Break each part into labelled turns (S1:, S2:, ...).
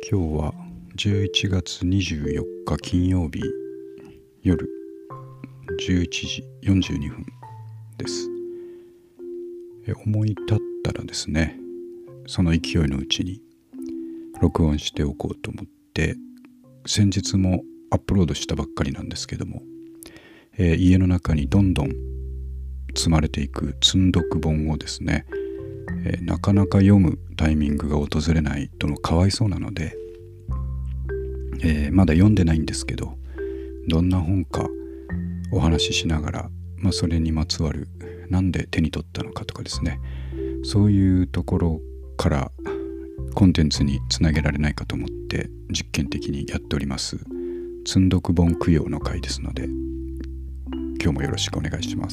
S1: 今日は11月24日金曜日夜11時42分です。思い立ったらですね、その勢いのうちに録音しておこうと思って先日もアップロードしたばっかりなんですけども、家の中にどんどん積まれていく積んどく本をですね、なかなか読むタイミングが訪れないとのかわいそうなので、まだ読んでないんですけど、どんな本かお話ししながら、それにまつわるなんで手に取ったのかとかですね、そういうところからコンテンツにつなげられないかと思って実験的にやっております積んどく本供養の会ですので、今日もよろしくお願いします。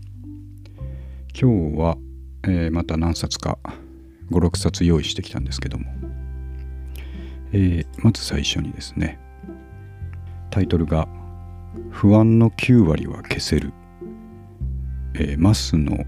S1: 今日は、また何冊か5、6冊用意してきたんですけども、まず最初にですね、タイトルが不安の9割は消せる、増野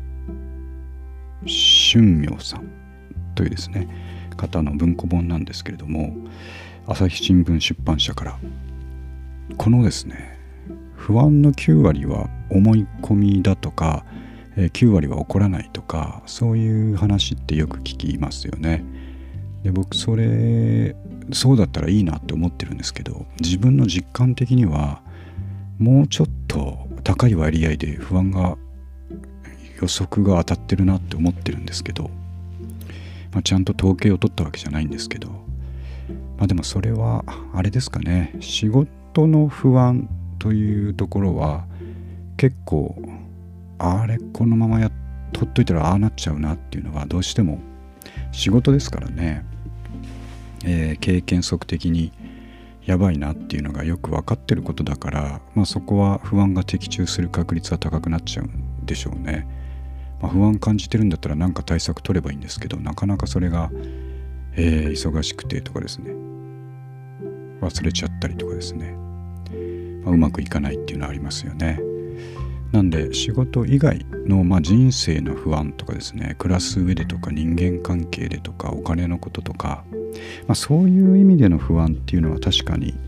S1: 俊明さんというですね方の文庫本なんですけれども、朝日新聞出版社から、このですね不安の9割は思い込みだとか、9割は起こらないとか、そういう話ってよく聞きますよね。で、僕そうだったらいいなって思ってるんですけど、自分の実感的にはもうちょっと高い割合で不安が予測が当たってるなって思ってるんですけど、ちゃんと統計を取ったわけじゃないんですけど、でもそれはあれですかね、仕事の不安というところは結構このまま取っといたらああなっちゃうなっていうのはどうしても仕事ですからね、経験則的にやばいなっていうのがよく分かってることだから、そこは不安が的中する確率は高くなっちゃうんでしょうね。不安感じてるんだったら何か対策取ればいいんですけど、なかなかそれが、忙しくてとかですね、忘れちゃったりとかですね、うまくいかないっていうのはありますよね。なんで仕事以外の、人生の不安とかですね、暮らす上でとか人間関係でとかお金のこととか、そういう意味での不安っていうのは確かに、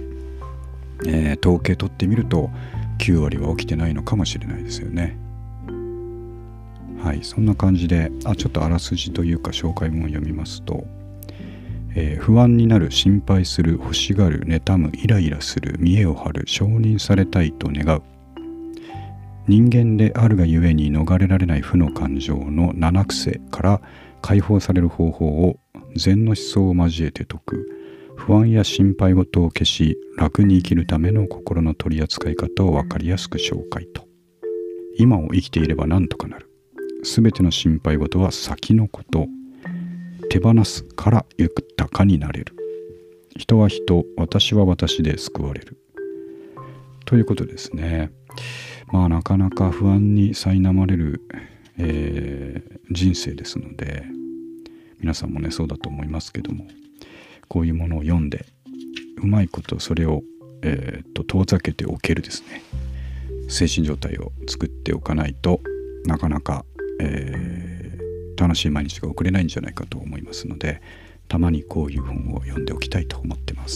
S1: 統計取ってみると9割は起きてないのかもしれないですよね。はい、そんな感じでちょっとあらすじというか紹介文を読みますと、不安になる、心配する、欲しがる、妬む、イライラする、見栄を張る、承認されたいと願う、人間であるがゆえに逃れられない負の感情の七癖から解放される方法を禅の思想を交えて説く、不安や心配事を消し楽に生きるための心の取り扱い方を分かりやすく紹介と。今を生きていれば何とかなる。すべての心配事は先のこと。手放すから豊かになれる。人は人、私は私で救われる。ということですね。なかなか不安に苛まれる、人生ですので、皆さんもねそうだと思いますけども、こういうものを読んでうまいことそれを、遠ざけておけるですね精神状態を作っておかないと、なかなか、楽しい毎日が送れないんじゃないかと思いますので、たまにこういう本を読んでおきたいと思ってます。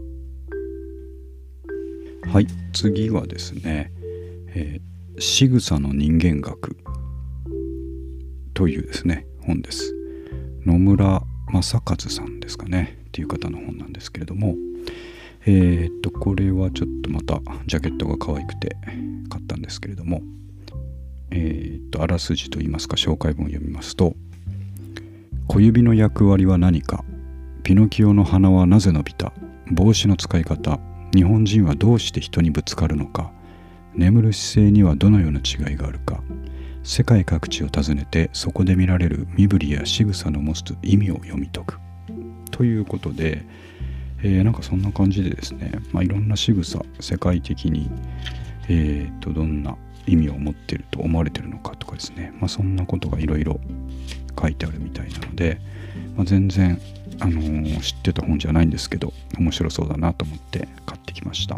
S1: はい、次はですね、仕草の人間学というですね本です。野村正和さんですかねっていう方の本なんですけれども、これはちょっとまたジャケットが可愛くて買ったんですけれども、あらすじといいますか紹介文を読みますと、小指の役割は何か、ピノキオの鼻はなぜ伸びた、帽子の使い方、日本人はどうして人にぶつかるのか、眠る姿勢にはどのような違いがあるか、世界各地を訪ねてそこで見られる身振りや仕草の持つ意味を読み解くということで、なんかそんな感じでですね、いろんな仕草、世界的に、どんな意味を持っていると思われているのかとかですね、そんなことがいろいろ書いてあるみたいなので、全然、知ってた本じゃないんですけど面白そうだなと思って買ってきました。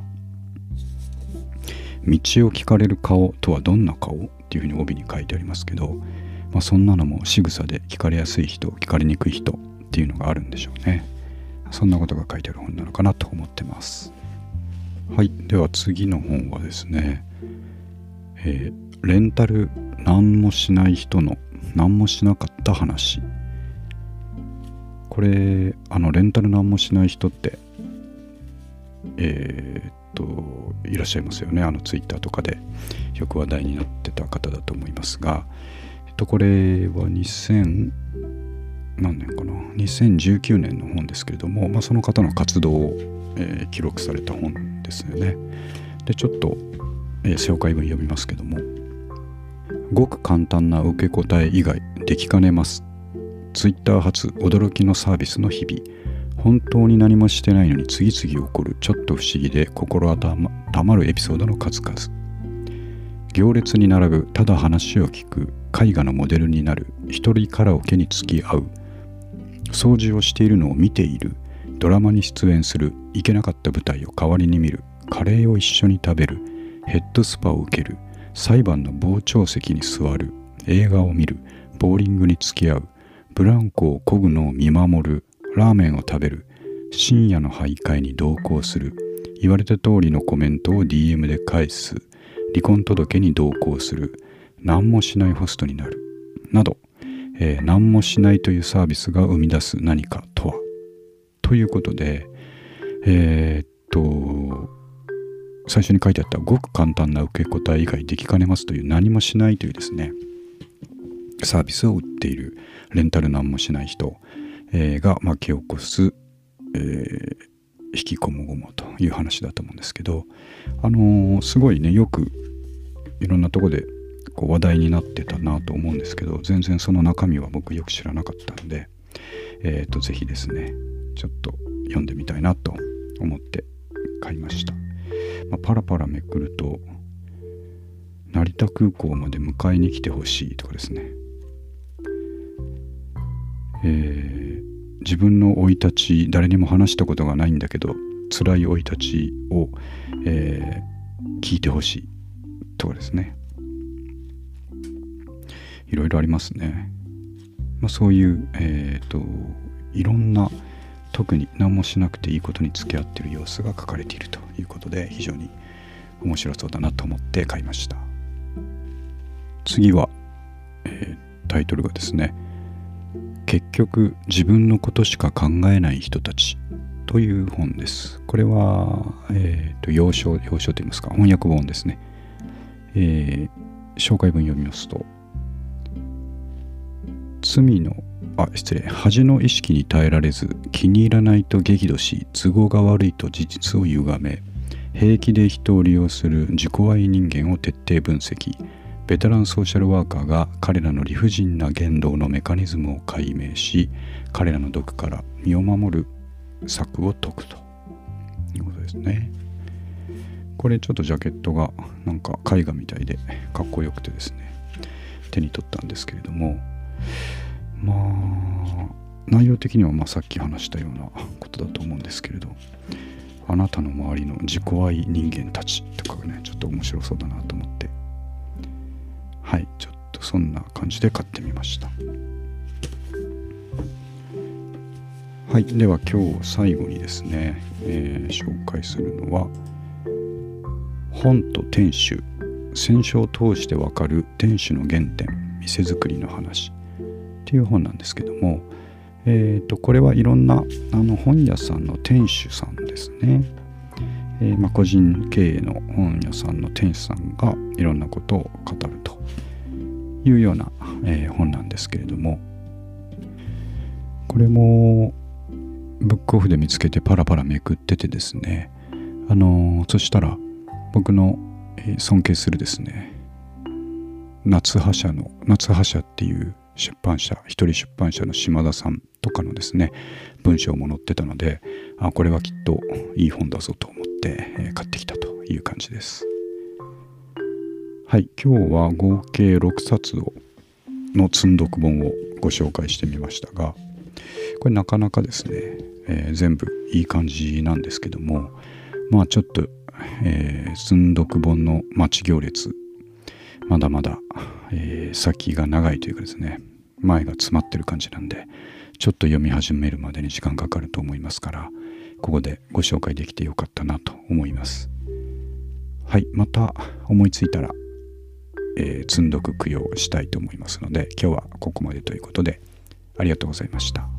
S1: 道を聞かれる顔とはどんな顔っていうふうに帯に書いてありますけど、そんなのも仕草で聞かれやすい人、聞かれにくい人っていうのがあるんでしょうね。 そんなことが書いてある本なのかなと思ってます。はい、では次の本はですね、レンタル何もしない人の何もしなかった話。これレンタル何もしない人っていらっしゃいますよね。ツイッターとかでよく話題になってた方だと思いますが、これは何年かな、2019年の本ですけれども、その方の活動を、記録された本ですよね。でちょっと、紹介文読みますけども、ごく簡単な受け答え以外できかねます。ツイッター発驚きのサービスの日々。本当に何もしてないのに次々起こるちょっと不思議で心温まるエピソードの数々。行列に並ぶただ話を聞く絵画のモデルになる一人カラオケに付き合う掃除をしているのを見ているドラマに出演する行けなかった舞台を代わりに見るカレーを一緒に食べるヘッドスパを受ける裁判の傍聴席に座る映画を見るボーリングに付き合うブランコを漕ぐのを見守るラーメンを食べる深夜の徘徊に同行する言われた通りのコメントを DM で返す離婚届に同行する何もしないホストになるなど、何もしないというサービスが生み出す何かとはということで、最初に書いてあったごく簡単な受け答え以外できかねますという何もしないというですねサービスを売っているレンタル何もしない人が巻き起こす、引きこもごもという話だと思うんですけど、すごいねよくいろんなとこでこう話題になってたなと思うんですけど、全然その中身は僕よく知らなかったので、ぜひですねちょっと読んでみたいなと思って買いました。パラパラめくると成田空港まで迎えに来てほしいとかですね、自分の生い立ち誰にも話したことがないんだけど辛い生い立ちを、聞いてほしいとかですね、いろいろありますね。そういう、いろんな特に何もしなくていいことに付き合っている様子が書かれているということで非常に面白そうだなと思って買いました。次は、タイトルがですね結局自分のことしか考えない人たちという本です。これは、要所といいますか翻訳本ですね。紹介文読みますと、恥の意識に耐えられず気に入らないと激怒し都合が悪いと事実を歪め平気で人を利用する自己愛人間を徹底分析。ベテランソーシャルワーカーが彼らの理不尽な言動のメカニズムを解明し彼らの毒から身を守る策を解くということですね。これちょっとジャケットがなんか絵画みたいでかっこよくてですね手に取ったんですけれども、内容的にはさっき話したようなことだと思うんですけれど、あなたの周りの自己愛人間たちとかがねちょっと面白そうだなと思ってちょっとそんな感じで買ってみました。では今日最後にですね、紹介するのは本と店主選書を通してわかる店主の原点店作りの話っていう本なんですけども、これはいろんな本屋さんの店主さんですね、個人経営の本屋さんの店主さんがいろんなことを語るというような、本なんですけれども、これもブックオフで見つけてパラパラめくっててですね、そしたら僕の尊敬するですね夏葉社っていう一人出版社の島田さんとかのですね文章も載ってたので、これはきっといい本だぞと思って、買ってきたという感じです。今日は合計6冊の積んどく本をご紹介してみましたが、これなかなかですね、全部いい感じなんですけども、ちょっと、積んどく本の待ち行列まだまだ、先が長いというかですね、 前が詰まってる感じなんで、ちょっと読み始めるまでに時間かかると思いますから、ここでご紹介できてよかったなと思います。はい、また思いついたら、積んどく供養したいと思いますので、今日はここまでということで、ありがとうございました。